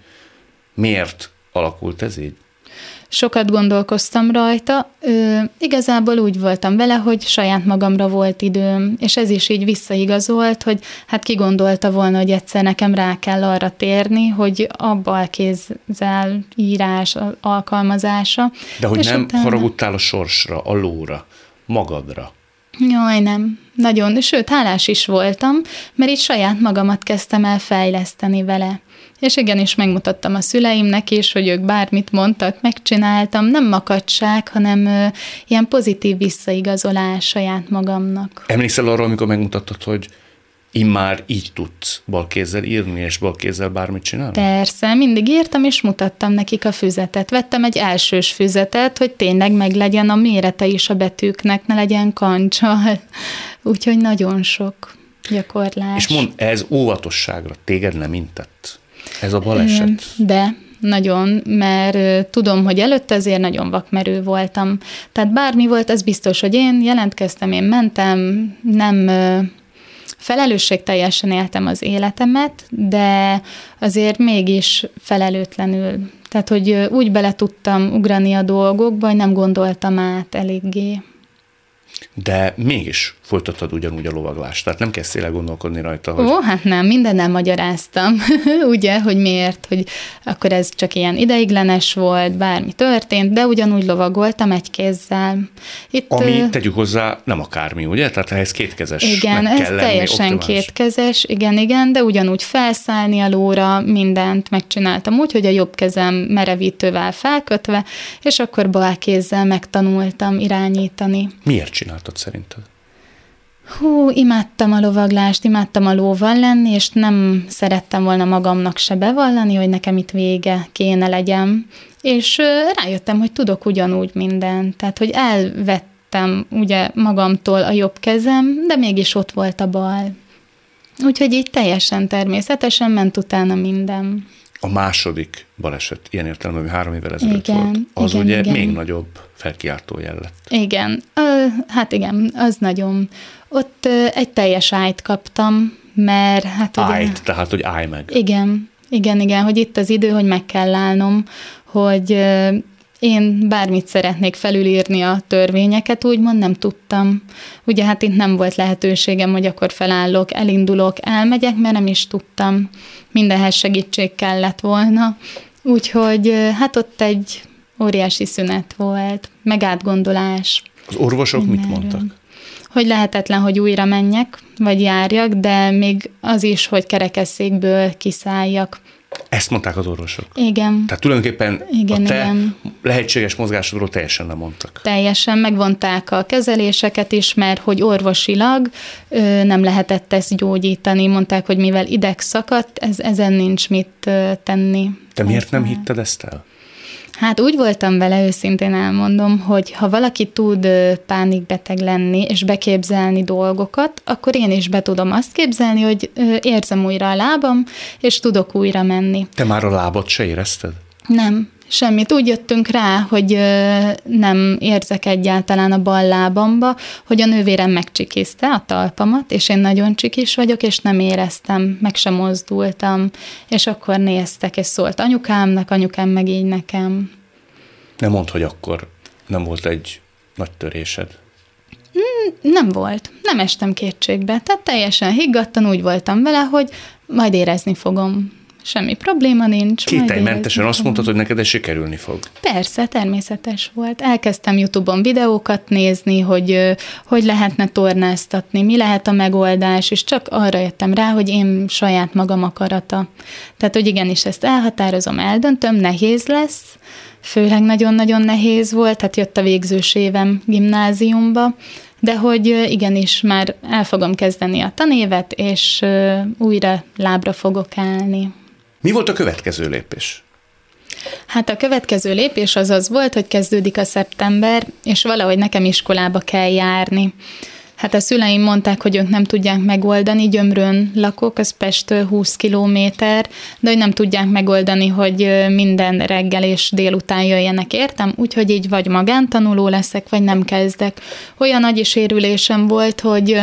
miért alakult ez így? Sokat gondolkoztam rajta. Ö, igazából úgy voltam vele, hogy saját magamra volt időm, és ez is így visszaigazolt, hogy hát ki gondolta volna, hogy egyszer nekem rá kell arra térni, hogy a balkézzel írás alkalmazása. De hogy és nem utána... haragudtál a sorsra, a lóra, magadra? Jaj, nem. Nagyon. Sőt, hálás is voltam, mert így saját magamat kezdtem el fejleszteni vele. És igenis megmutattam a szüleimnek is, hogy ők bármit mondtak, megcsináltam. Nem makacság, hanem ö, ilyen pozitív visszaigazolás saját magamnak. Emlékszel arra, amikor megmutattad, hogy immár így tudsz balkézzel írni, és balkézzel bármit csinálni? Persze, mindig írtam, és mutattam nekik a füzetet. Vettem egy elsős füzetet, hogy tényleg meglegyen a mérete is a betűknek, ne legyen kancsal. Úgyhogy nagyon sok gyakorlás. És mondd, ez óvatosságra téged nem intett? Ez a baleset? De, nagyon, mert tudom, hogy előtte azért nagyon vakmerő voltam. Tehát bármi volt, az biztos, hogy én jelentkeztem, én mentem, nem felelősségteljesen éltem az életemet, de azért mégis felelőtlenül. Tehát, hogy úgy bele tudtam ugrani a dolgokba, hogy nem gondoltam át eléggé. De mégis folytattad ugyanúgy a lovaglást, tehát nem kezdtél el gondolkodni rajta, hogy... Ó, hát nem, mindennel magyaráztam, ugye, hogy miért, hogy akkor ez csak ilyen ideiglenes volt, bármi történt, de ugyanúgy lovagoltam egy kézzel. Itt, Ami, tegyük hozzá, nem akármi, ugye? Tehát ehhez kétkezes. Igen, ez teljesen kétkezes, igen, igen, de ugyanúgy felszállni a lóra, mindent megcsináltam úgy, hogy a jobb kezem merevítővel felkötve, és akkor bal kézzel megtanultam irányítani. Miért csináltad szerinted? Hú, imádtam a lovaglást, imádtam a lóval lenni, és nem szerettem volna magamnak se bevallani, hogy nekem itt vége kéne legyen. És rájöttem, hogy tudok ugyanúgy mindent. Tehát, hogy elvettem ugye magamtól a jobb kezem, de mégis ott volt a bal. Úgyhogy így teljesen természetesen ment utána minden. A második baleset, ilyen értelemben, ami három évvel ezelőtt igen, volt, az igen, ugye igen. még nagyobb felkiáltó jel lett. Igen, ö, hát igen, az nagyon. Ott ö, egy teljes ájt kaptam, mert hát ugye... Ájt, tehát, hogy állj meg. Igen, igen, igen, hogy itt az idő, hogy meg kell állnom, hogy ö, én bármit szeretnék felülírni a törvényeket, úgymond nem tudtam. Ugye hát itt nem volt lehetőségem, hogy akkor felállok, elindulok, elmegyek, mert nem is tudtam. Mindenhez segítség kellett volna. Úgyhogy hát ott egy óriási szünet volt, meg átgondolás. Az orvosok mit mindenről. mondtak? Hogy lehetetlen, hogy újra menjek, vagy járjak, de még az is, hogy kerekesszékből kiszálljak. Ezt mondták az orvosok? Igen. Tehát tulajdonképpen igen, a te igen. lehetséges mozgásodról teljesen nem mondtak. Teljesen megvonták a kezeléseket is, mert hogy orvosilag ö, nem lehetett ezt gyógyítani. Mondták, hogy mivel ideg szakadt, ez, ezen nincs mit ö, tenni. Te miért ezzel. nem hitted ezt el? Hát úgy voltam vele, őszintén elmondom, hogy ha valaki tud pánikbeteg lenni és beképzelni dolgokat, akkor én is be tudom azt képzelni, hogy érzem újra a lábam, és tudok újra menni. Te már a lábad se érezted? Nem, semmit. Úgy jöttünk rá, hogy nem érzek egyáltalán a bal lábamba, hogy a nővérem megcsikizte a talpamat, és én nagyon csikis vagyok, és nem éreztem, meg sem mozdultam, és akkor néztek, és szólt anyukámnak, anyukám meg így nekem. Nem mondd, hogy akkor nem volt egy nagy törésed. Nem volt. Nem estem kétségbe. Tehát teljesen higgadtan úgy voltam vele, hogy majd érezni fogom. Semmi probléma nincs. Kételymentesen azt mondtad, hogy neked ez sikerülni fog. Persze, természetes volt. Elkezdtem YouTube-on videókat nézni, hogy hogy lehetne tornáztatni, mi lehet a megoldás, és csak arra jöttem rá, hogy én saját magam akarata. Tehát, hogy igenis ezt elhatározom, eldöntöm, nehéz lesz, főleg nagyon-nagyon nehéz volt, tehát jött a végzős évem gimnáziumba, de hogy igenis már el fogom kezdeni a tanévet, és újra lábra fogok állni. Mi volt a következő lépés? Hát a következő lépés az az volt, hogy kezdődik a szeptember, és valahogy nekem iskolába kell járni. Hát a szüleim mondták, hogy ők nem tudják megoldani, Gyömrön lakok, az Pesttől húsz kilométer, de hogy nem tudják megoldani, hogy minden reggel és délután jöjjenek értem, úgyhogy így vagy magántanuló leszek, vagy nem kezdek. Olyan agyi sérülésem volt, hogy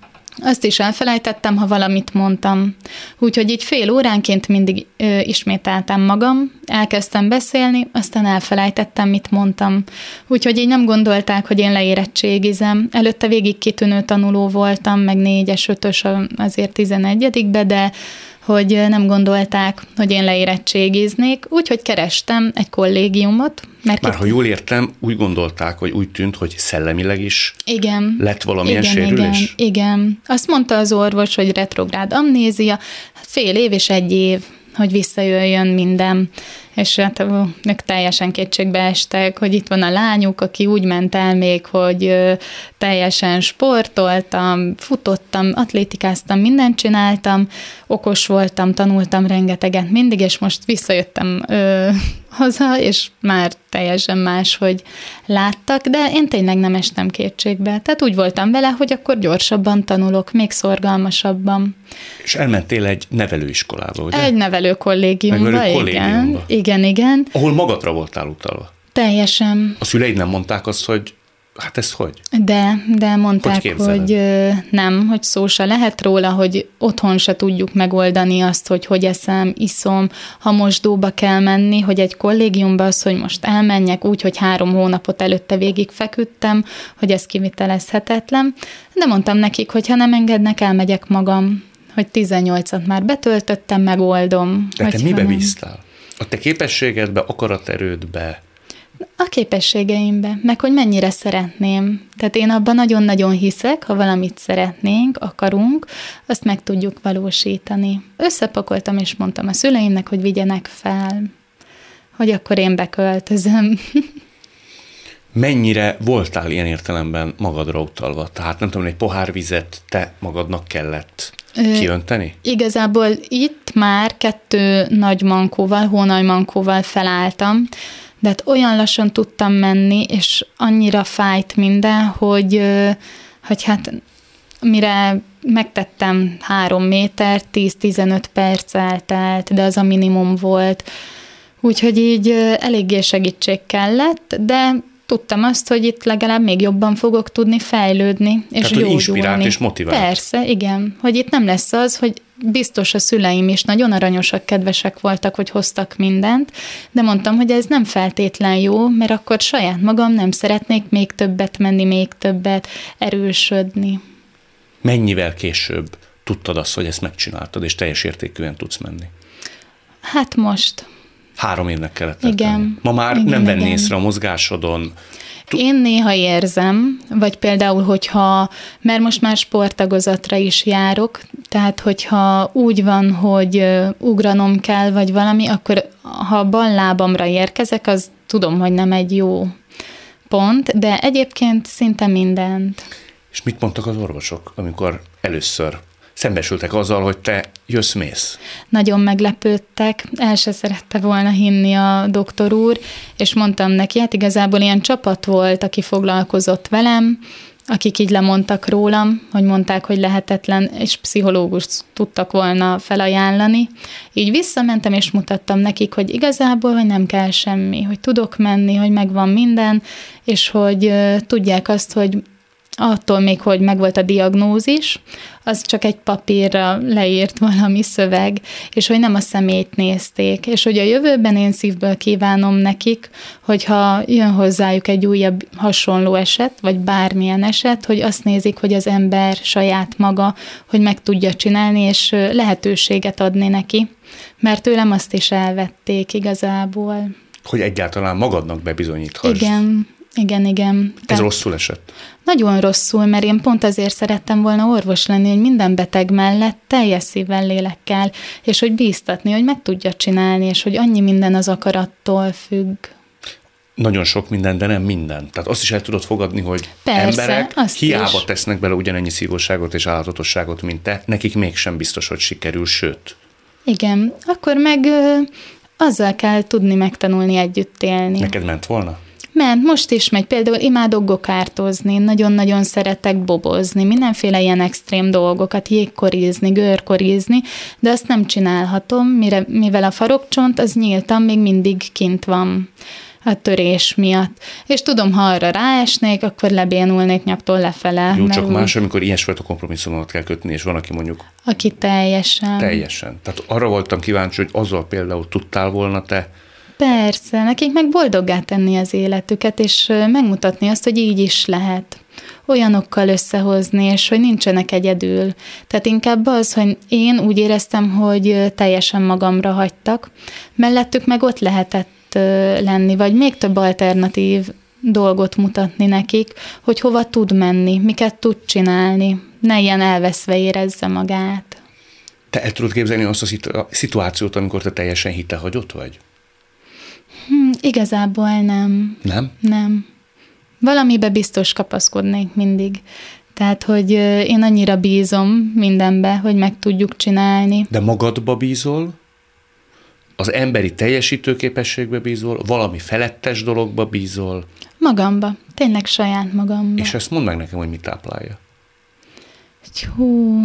azt is elfelejtettem, ha valamit mondtam. Úgyhogy így fél óránként mindig ö, ismételtem magam, elkezdtem beszélni, aztán elfelejtettem, mit mondtam. Úgyhogy így nem gondolták, hogy én leérettségizem. Előtte végig kitűnő tanuló voltam, meg négyes, ötös azért tizenegyedikbe, de hogy nem gondolták, hogy én leérettségiznék, úgyhogy kerestem egy kollégiumot. Mert Már itt... ha jól értem, úgy gondolták, vagy úgy tűnt, hogy szellemileg is igen, lett valamilyen igen, sérülés? Igen, igen. Azt mondta az orvos, hogy retrográd amnézia, fél év és egy év, hogy visszajöjjön minden. És hát ők teljesen kétségbe estek, hogy itt van a lányuk, aki úgy ment el még, hogy teljesen sportoltam, futottam, atlétikáztam, mindent csináltam, okos voltam, tanultam rengeteget mindig, és most visszajöttem ö, haza, és már teljesen más, hogy láttak, de én tényleg nem estem kétségbe. Tehát úgy voltam vele, hogy akkor gyorsabban tanulok, még szorgalmasabban. És elmentél egy nevelőiskolába, ugye? Egy nevelőkollégiumba, Nevelő igen. kollégiumba. Igen, igen. Ahol magadra voltál utalva. Teljesen. A szüleid nem mondták azt, hogy hát ez hogy? De, de mondták, Hogy hogy, hogy nem, hogy szó se lehet róla, hogy otthon se tudjuk megoldani azt, hogy hogy eszem, iszom, ha mosdóba kell menni, hogy egy kollégiumba az, hogy most elmenjek úgy, hogy három hónapot előtte végig feküdtem, hogy ez kivitelezhetetlen. De mondtam nekik, hogy ha nem engednek, elmegyek magam, hogy tizennyolcat már betöltöttem, megoldom. De te mibe nem. bíztál? A te képességedbe, akaraterődbe? A képességeimbe, meg hogy mennyire szeretném. Tehát én abban nagyon-nagyon hiszek, ha valamit szeretnénk, akarunk, azt meg tudjuk valósítani. Összepakoltam, és mondtam a szüleimnek, hogy vigyenek fel, hogy akkor én beköltözöm. Mennyire voltál ilyen értelemben magadra utalva? Tehát nem tudom, egy pohár vizet te magadnak kellett kiönteni? Igazából itt már kettő nagy mankóval, hónajmankóval felálltam, de hát olyan lassan tudtam menni, és annyira fájt minden, hogy, hogy hát mire megtettem három méter, tíz-tizenöt perc eltelt, de az a minimum volt. Úgyhogy így eléggé segítség kellett, de tudtam azt, hogy itt legalább még jobban fogok tudni fejlődni, és Tehát, gyógyulni. hogy inspirált és motivált. Persze, igen. Hogy itt nem lesz az, hogy biztos a szüleim is nagyon aranyosak, kedvesek voltak, hogy hoztak mindent, de mondtam, hogy ez nem feltétlen jó, mert akkor saját magam nem szeretnék még többet menni, még többet erősödni. Mennyivel később tudtad azt, hogy ezt megcsináltad, és teljes értékűen tudsz menni? Hát most. Három évnek kellett Igen. tenni. Ma már igen, nem venné igen. észre a mozgásodon. Én néha érzem, vagy például, hogyha, mert most már sporttagozatra is járok, tehát hogyha úgy van, hogy ugranom kell, vagy valami, akkor ha a bal lábamra érkezek, az tudom, hogy nem egy jó pont, de egyébként szinte mindent. És mit mondtak az orvosok, amikor először szembesültek azzal, hogy te jössz-mész? Nagyon meglepődtek, el se szerette volna hinni a doktor úr, és mondtam neki, hát igazából ilyen csapat volt, aki foglalkozott velem, akik így lemondtak rólam, hogy mondták, hogy lehetetlen, és pszichológust tudtak volna felajánlani. Így visszamentem, és mutattam nekik, hogy igazából, hogy nem kell semmi, hogy tudok menni, hogy megvan minden, és hogy uh, tudják azt, hogy attól még, hogy megvolt a diagnózis, az csak egy papírra leírt valami szöveg, és hogy nem a személyt nézték, és hogy a jövőben én szívből kívánom nekik, hogyha jön hozzájuk egy újabb hasonló eset, vagy bármilyen eset, hogy azt nézik, hogy az ember saját maga, hogy meg tudja csinálni, és lehetőséget adni neki, mert tőlem azt is elvették igazából. Hogy egyáltalán magadnak bebizonyíthass. Igen. Igen, igen. Ez Tehát rosszul esett? Nagyon rosszul, mert én pont azért szerettem volna orvos lenni, hogy minden beteg mellett teljes szívvel, lélekkel, és hogy bíztatni, hogy meg tudja csinálni, és hogy annyi minden az akarattól függ. Nagyon sok minden, de nem minden. Tehát azt is el tudod fogadni, hogy Persze, emberek hiába is. tesznek bele ugyanennyi szívóságot és állatosságot, mint te, nekik mégsem biztos, hogy sikerül, sőt. Igen, akkor meg ö, azzal kell tudni megtanulni együtt élni. Neked ment volna? Ment, most is megy. Például imádok gokártozni, nagyon-nagyon szeretek bobozni, mindenféle ilyen extrém dolgokat, jégkorizni, görkorizni, de azt nem csinálhatom, mire, mivel a farokcsont az nyíltan még mindig kint van a törés miatt. És tudom, ha arra ráesnék, akkor lebénulnék nyaktól lefele. Jó, csak más, amikor ilyesfajta kompromisszumokat kell kötni, és van, aki mondjuk... Aki teljesen. Teljesen. Tehát arra voltam kíváncsi, hogy azzal például tudtál volna te. Persze, nekik meg boldoggá tenni az életüket, és megmutatni azt, hogy így is lehet. Olyanokkal összehozni, és hogy nincsenek egyedül. Tehát inkább az, hogy én úgy éreztem, hogy teljesen magamra hagytak, mellettük meg ott lehetett lenni, vagy még több alternatív dolgot mutatni nekik, hogy hova tud menni, miket tud csinálni, ne ilyen elveszve érezze magát. Te el tudod képzelni azt a szitu- szituációt, amikor te teljesen hitehagyott vagy? Hm, igazából nem. Nem? Nem. Valamibe biztos kapaszkodnék mindig. Tehát, hogy én annyira bízom mindenbe, hogy meg tudjuk csinálni. De magadba bízol? Az emberi teljesítőképességbe bízol? Valami felettes dologba bízol? Magamba. Tényleg saját magamba. És ezt mondd meg nekem, hogy mit táplálja. Hú.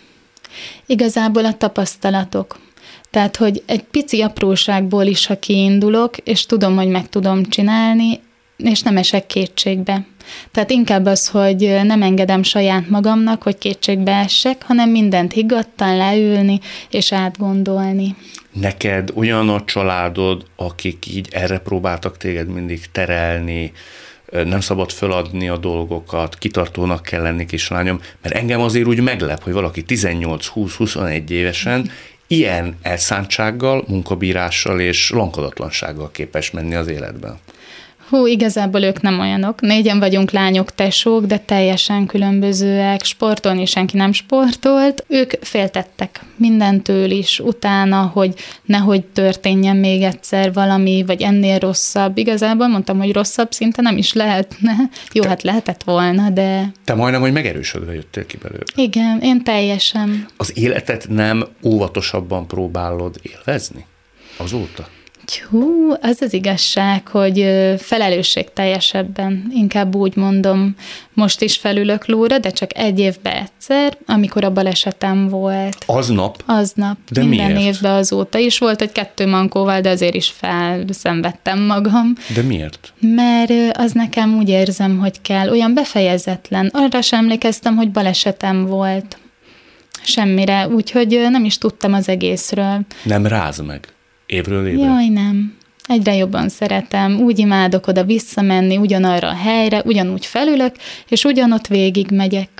Igazából a tapasztalatok. Tehát, hogy egy pici apróságból is, ha kiindulok, és tudom, hogy meg tudom csinálni, és nem esek kétségbe. Tehát inkább az, hogy nem engedem saját magamnak, hogy kétségbe essek, hanem mindent higgadtan leülni, és átgondolni. Neked olyan a családod, akik így erre próbáltak téged mindig terelni, nem szabad föladni a dolgokat, kitartónak kell lenni, kislányom, mert engem azért úgy meglep, hogy valaki tizennyolc-húsz-huszonegy évesen ilyen elszántsággal, munkabírással és lankadatlansággal képes menni az életben. Hú, igazából ők nem olyanok. Négyen vagyunk lányok, tesók, de teljesen különbözőek. Sportolni senki nem sportolt. Ők féltettek mindentől is, utána, hogy nehogy történjen még egyszer valami, vagy ennél rosszabb. Igazából mondtam, hogy rosszabb szinte nem is lehetne. Jó, te, hát lehetett volna, de... Te majdnem, hogy megerősödve jöttél ki belőle. Igen, én teljesen. Az életet nem óvatosabban próbálod élvezni azóta? Hú, az az igazság, hogy felelősségteljesebben, inkább úgy mondom, most is felülök lóra, de csak egy évben egyszer, amikor a balesetem volt. Aznap? Aznap. De minden miért? évben azóta is volt, hogy kettő mankóval, de azért is felszenvedtem magam. De miért? Mert az nekem úgy érzem, hogy kell, olyan befejezetlen. Arra sem emlékeztem, hogy balesetem volt. Semmire, úgyhogy nem is tudtam az egészről. Nem ráz meg? Évről évre? Jaj, nem. Egyre jobban szeretem. Úgy imádok oda visszamenni, ugyanarra a helyre, ugyanúgy felülök, és ugyanott végig megyek.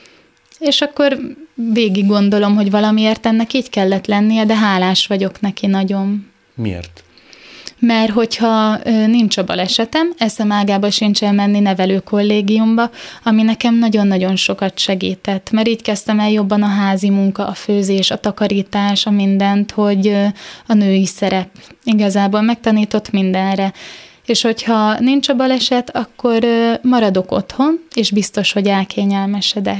És akkor végig gondolom, hogy valamiért ennek így kellett lennie, de hálás vagyok neki nagyon. Miért? Mert hogyha nincs a balesetem, eszem ágába sincs elmenni nevelőkollégiumba, ami nekem nagyon-nagyon sokat segített, mert így kezdtem el jobban a házi munka, a főzés, a takarítás, a mindent, hogy a női szerep igazából megtanított mindenre. És hogyha nincs a baleset, akkor maradok otthon, és biztos, hogy elkényelmesedek.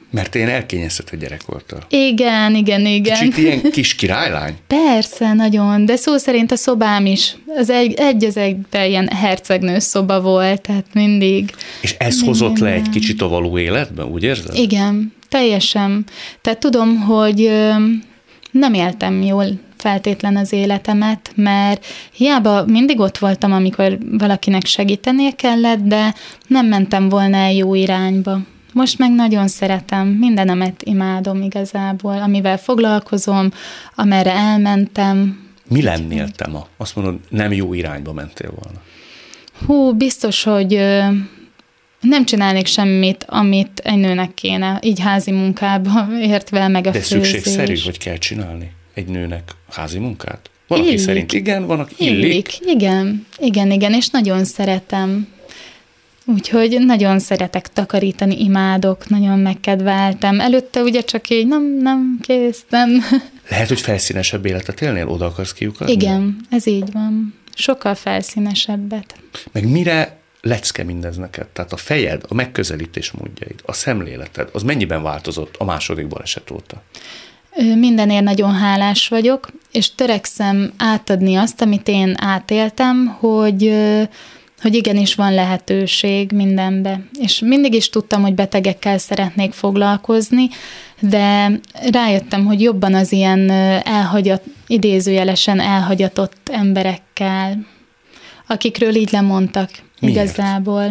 Mert én elkényeztetett gyerek voltál. Igen, igen, igen. Kicsit ilyen kis királylány? Persze, nagyon, de szó szerint a szobám is, az egy, egy az egyben ilyen hercegnő szoba volt, tehát mindig. És ez hozott le egy kicsit a való életben, úgy érzed? Igen, teljesen. Tehát tudom, hogy nem éltem jól feltétlen az életemet, mert hiába mindig ott voltam, amikor valakinek segítenie kellett, de nem mentem volna el jó irányba. Most meg nagyon szeretem, mindenemet imádom igazából, amivel foglalkozom, amerre elmentem. Mi lennél te ma? Azt mondod, nem jó irányba mentél volna. Hú, biztos, hogy nem csinálnék semmit, amit egy nőnek kéne, így házi munkába értve, meg a De főzés. szükségszerű, hogy kell csinálni egy nőnek házi munkát? Van, aki illik. szerint igen, van, aki illik. illik. Igen, igen, igen, és nagyon szeretem. Úgyhogy nagyon szeretek takarítani, imádok, nagyon megkedveltem. Előtte ugye csak így nem, nem késztem. Lehet, hogy felszínesebb életet élnél? Oda akarsz kiukadni? Igen, ez így van. Sokkal felszínesebbet. Meg mire lecke mindez neked? Tehát a fejed, a megközelítés módjaid, a szemléleted, az mennyiben változott a második baleset óta? Mindenért nagyon hálás vagyok, és törekszem átadni azt, amit én átéltem, hogy, hogy igenis van lehetőség mindenbe. És mindig is tudtam, hogy betegekkel szeretnék foglalkozni, de rájöttem, hogy jobban az ilyen elhagyat, idézőjelesen elhagyatott emberekkel, akikről így lemondtak. Miért? Igazából.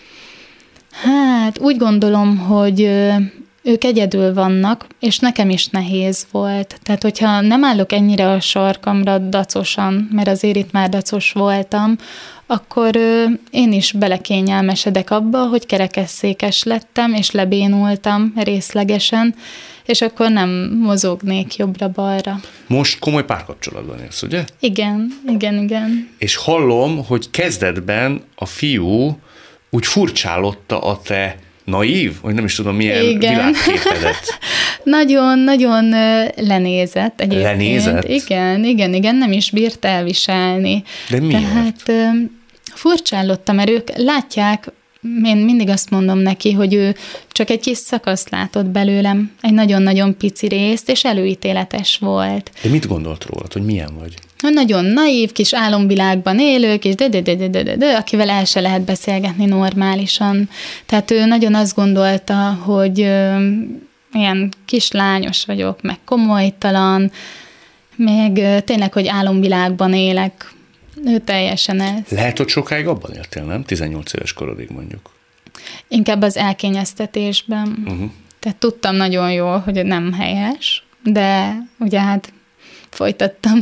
Hát úgy gondolom, hogy ők egyedül vannak, és nekem is nehéz volt. Tehát, hogyha nem állok ennyire a sarkamra dacosan, mert azért itt már dacos voltam, akkor én is belekényelmesedek abba, hogy kerekesszékes lettem, és lebénultam részlegesen, és akkor nem mozognék jobbra-balra. Most komoly párkapcsolatban élsz, ugye? Igen, igen, igen. És hallom, hogy kezdetben a fiú úgy furcsálotta a te naív, vagy nem is tudom milyen igen. világképedet. Nagyon-nagyon lenézett egyébként. Lenézett? Igen, igen, igen, nem is bírt elviselni. De miért? Tehát furcsállottam, mert ők látják, én mindig azt mondom neki, hogy ő csak egy kis szakaszt látott belőlem, egy nagyon-nagyon pici részt, és előítéletes volt. De mit gondolt rólad, hogy milyen vagy? Nagyon naív, kis álomvilágban élők, és de, de, de, de, de, de, de, akivel el se lehet beszélgetni normálisan. Tehát ő nagyon azt gondolta, hogy ö, ilyen kislányos vagyok, meg komolytalan, meg ö, tényleg, hogy álomvilágban élek. Ő teljesen ez. Lehet, hogy sokáig abban éltél, nem? tizennyolc éves korodig mondjuk. Inkább az elkényeztetésben. Uh-huh. Tehát tudtam nagyon jól, hogy nem helyes, de ugye hát folytattam.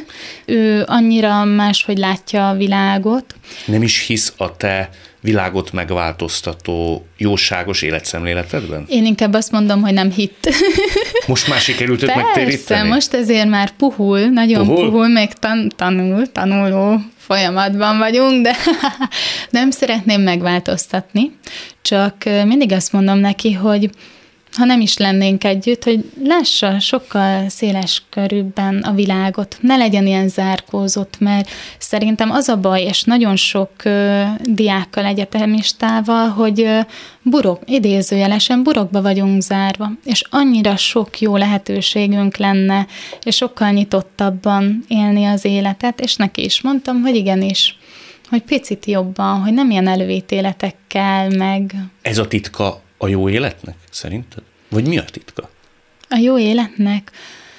Ő annyira máshogy látja a világot. Nem is hisz a te világot megváltoztató jóságos életszemléletedben? Én inkább azt mondom, hogy nem hitt. Most már sikerült őt Persze, megtéríteni? most ezért már puhul, nagyon puhul, puhul még tan- tanul, tanuló folyamatban vagyunk, de nem szeretném megváltoztatni. Csak mindig azt mondom neki, hogy ha nem is lennénk együtt, hogy lássa sokkal széles körülben a világot, ne legyen ilyen zárkózott, mert szerintem az a baj, és nagyon sok ö, diákkal, egyetemistával, hogy ö, burok, idézőjelesen burokba vagyunk zárva, és annyira sok jó lehetőségünk lenne, és sokkal nyitottabban élni az életet, és neki is mondtam, hogy igenis, hogy picit jobban, hogy nem ilyen előítéletekkel, meg... Ez a titka a jó életnek, szerinted? Vagy mi a titka? A jó életnek?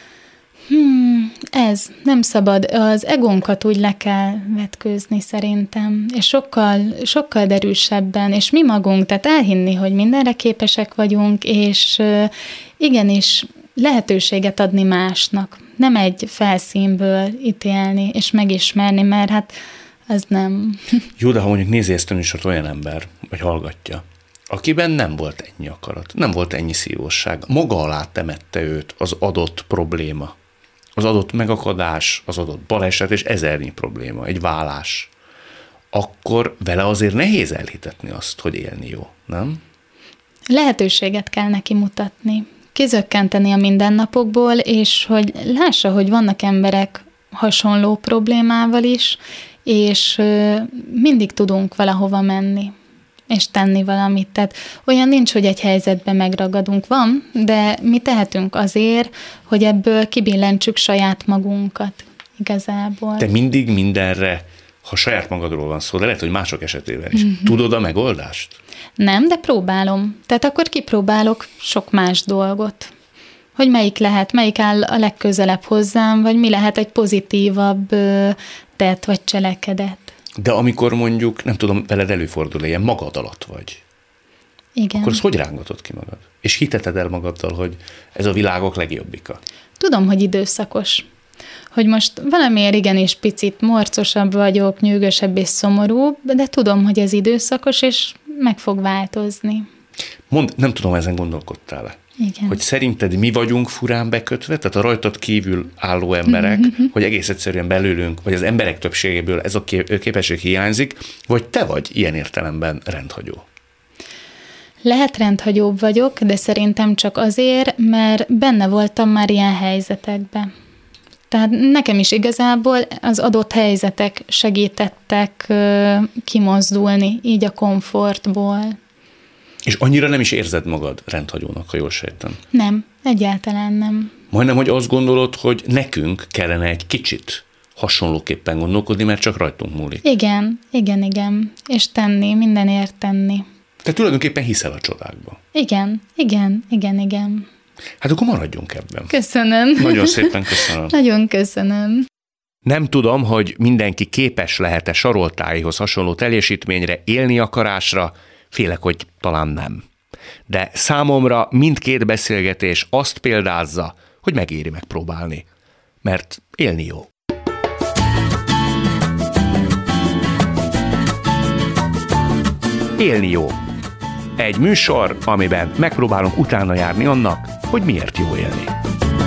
Hmm, ez, nem szabad. Az egónkat úgy le kell vetkőzni szerintem, és sokkal, sokkal derűsebben, és mi magunk, tehát elhinni, hogy mindenre képesek vagyunk, és igenis lehetőséget adni másnak. Nem egy felszínből ítélni, és megismerni, mert hát az nem. Jó, de ha mondjuk nézi ezt a műsort olyan ember, vagy hallgatja, akiben nem volt ennyi akarat, nem volt ennyi szívosság, maga alá temette őt az adott probléma, az adott megakadás, az adott baleset, és ezernyi probléma, egy válás, akkor vele azért nehéz elhitetni azt, hogy élni jó, nem? Lehetőséget kell neki mutatni, kizökkenteni a mindennapokból, és hogy lássa, hogy vannak emberek hasonló problémával is, és mindig tudunk valahova menni. és tenni valamit. Tehát olyan nincs, hogy egy helyzetben megragadunk. Van, de mi tehetünk azért, hogy ebből kibillentsük saját magunkat igazából. Te mindig mindenre, ha saját magadról van szó, de lehet, hogy mások esetében is, uh-huh. tudod a megoldást? Nem, de próbálom. Tehát akkor kipróbálok sok más dolgot. Hogy melyik lehet, melyik áll a legközelebb hozzám, vagy mi lehet egy pozitívabb tett vagy cselekedet. De amikor mondjuk, nem tudom, veled előfordul, ilyen magad alatt vagy. Igen. Akkor azt hogy rángatod ki magad? És hiteted el magaddal, hogy ez a világok legjobbika? Tudom, hogy időszakos. Hogy most valamiért igenis picit morcosabb vagyok, nyűgösebb és szomorúbb, de tudom, hogy ez időszakos, és meg fog változni. Mondd, nem tudom, ezen gondolkodtál-e? Igen. Hogy szerinted mi vagyunk furán bekötve, tehát a rajtad kívül álló emberek, mm-hmm. hogy egész egyszerűen belőlünk, vagy az emberek többségéből ez a képesség hiányzik, vagy te vagy ilyen értelemben rendhagyó? Lehet rendhagyóbb vagyok, de szerintem csak azért, mert benne voltam már ilyen helyzetekben. Tehát nekem is igazából az adott helyzetek segítettek uh, kimozdulni így a komfortból. És annyira nem is érzed magad rendhagyónak, ha jól sejtem? Nem, egyáltalán nem. Majdnem, hogy azt gondolod, hogy nekünk kellene egy kicsit hasonlóképpen gondolkodni, mert csak rajtunk múlik. Igen, igen, igen. És tenni, mindenért tenni. Te tulajdonképpen hiszel a csodákba. Igen, igen, igen, igen. Hát akkor maradjunk ebben. Köszönöm. Nagyon szépen köszönöm. Nagyon köszönöm. Nem tudom, hogy mindenki képes lehet-e Saroltáihoz hasonló teljesítményre, élni akarásra, félek, hogy talán nem. De számomra mindkét beszélgetés azt példázza, hogy megéri megpróbálni. Mert élni jó. Élni jó. Egy műsor, amiben megpróbálunk utána járni annak, hogy miért jó élni.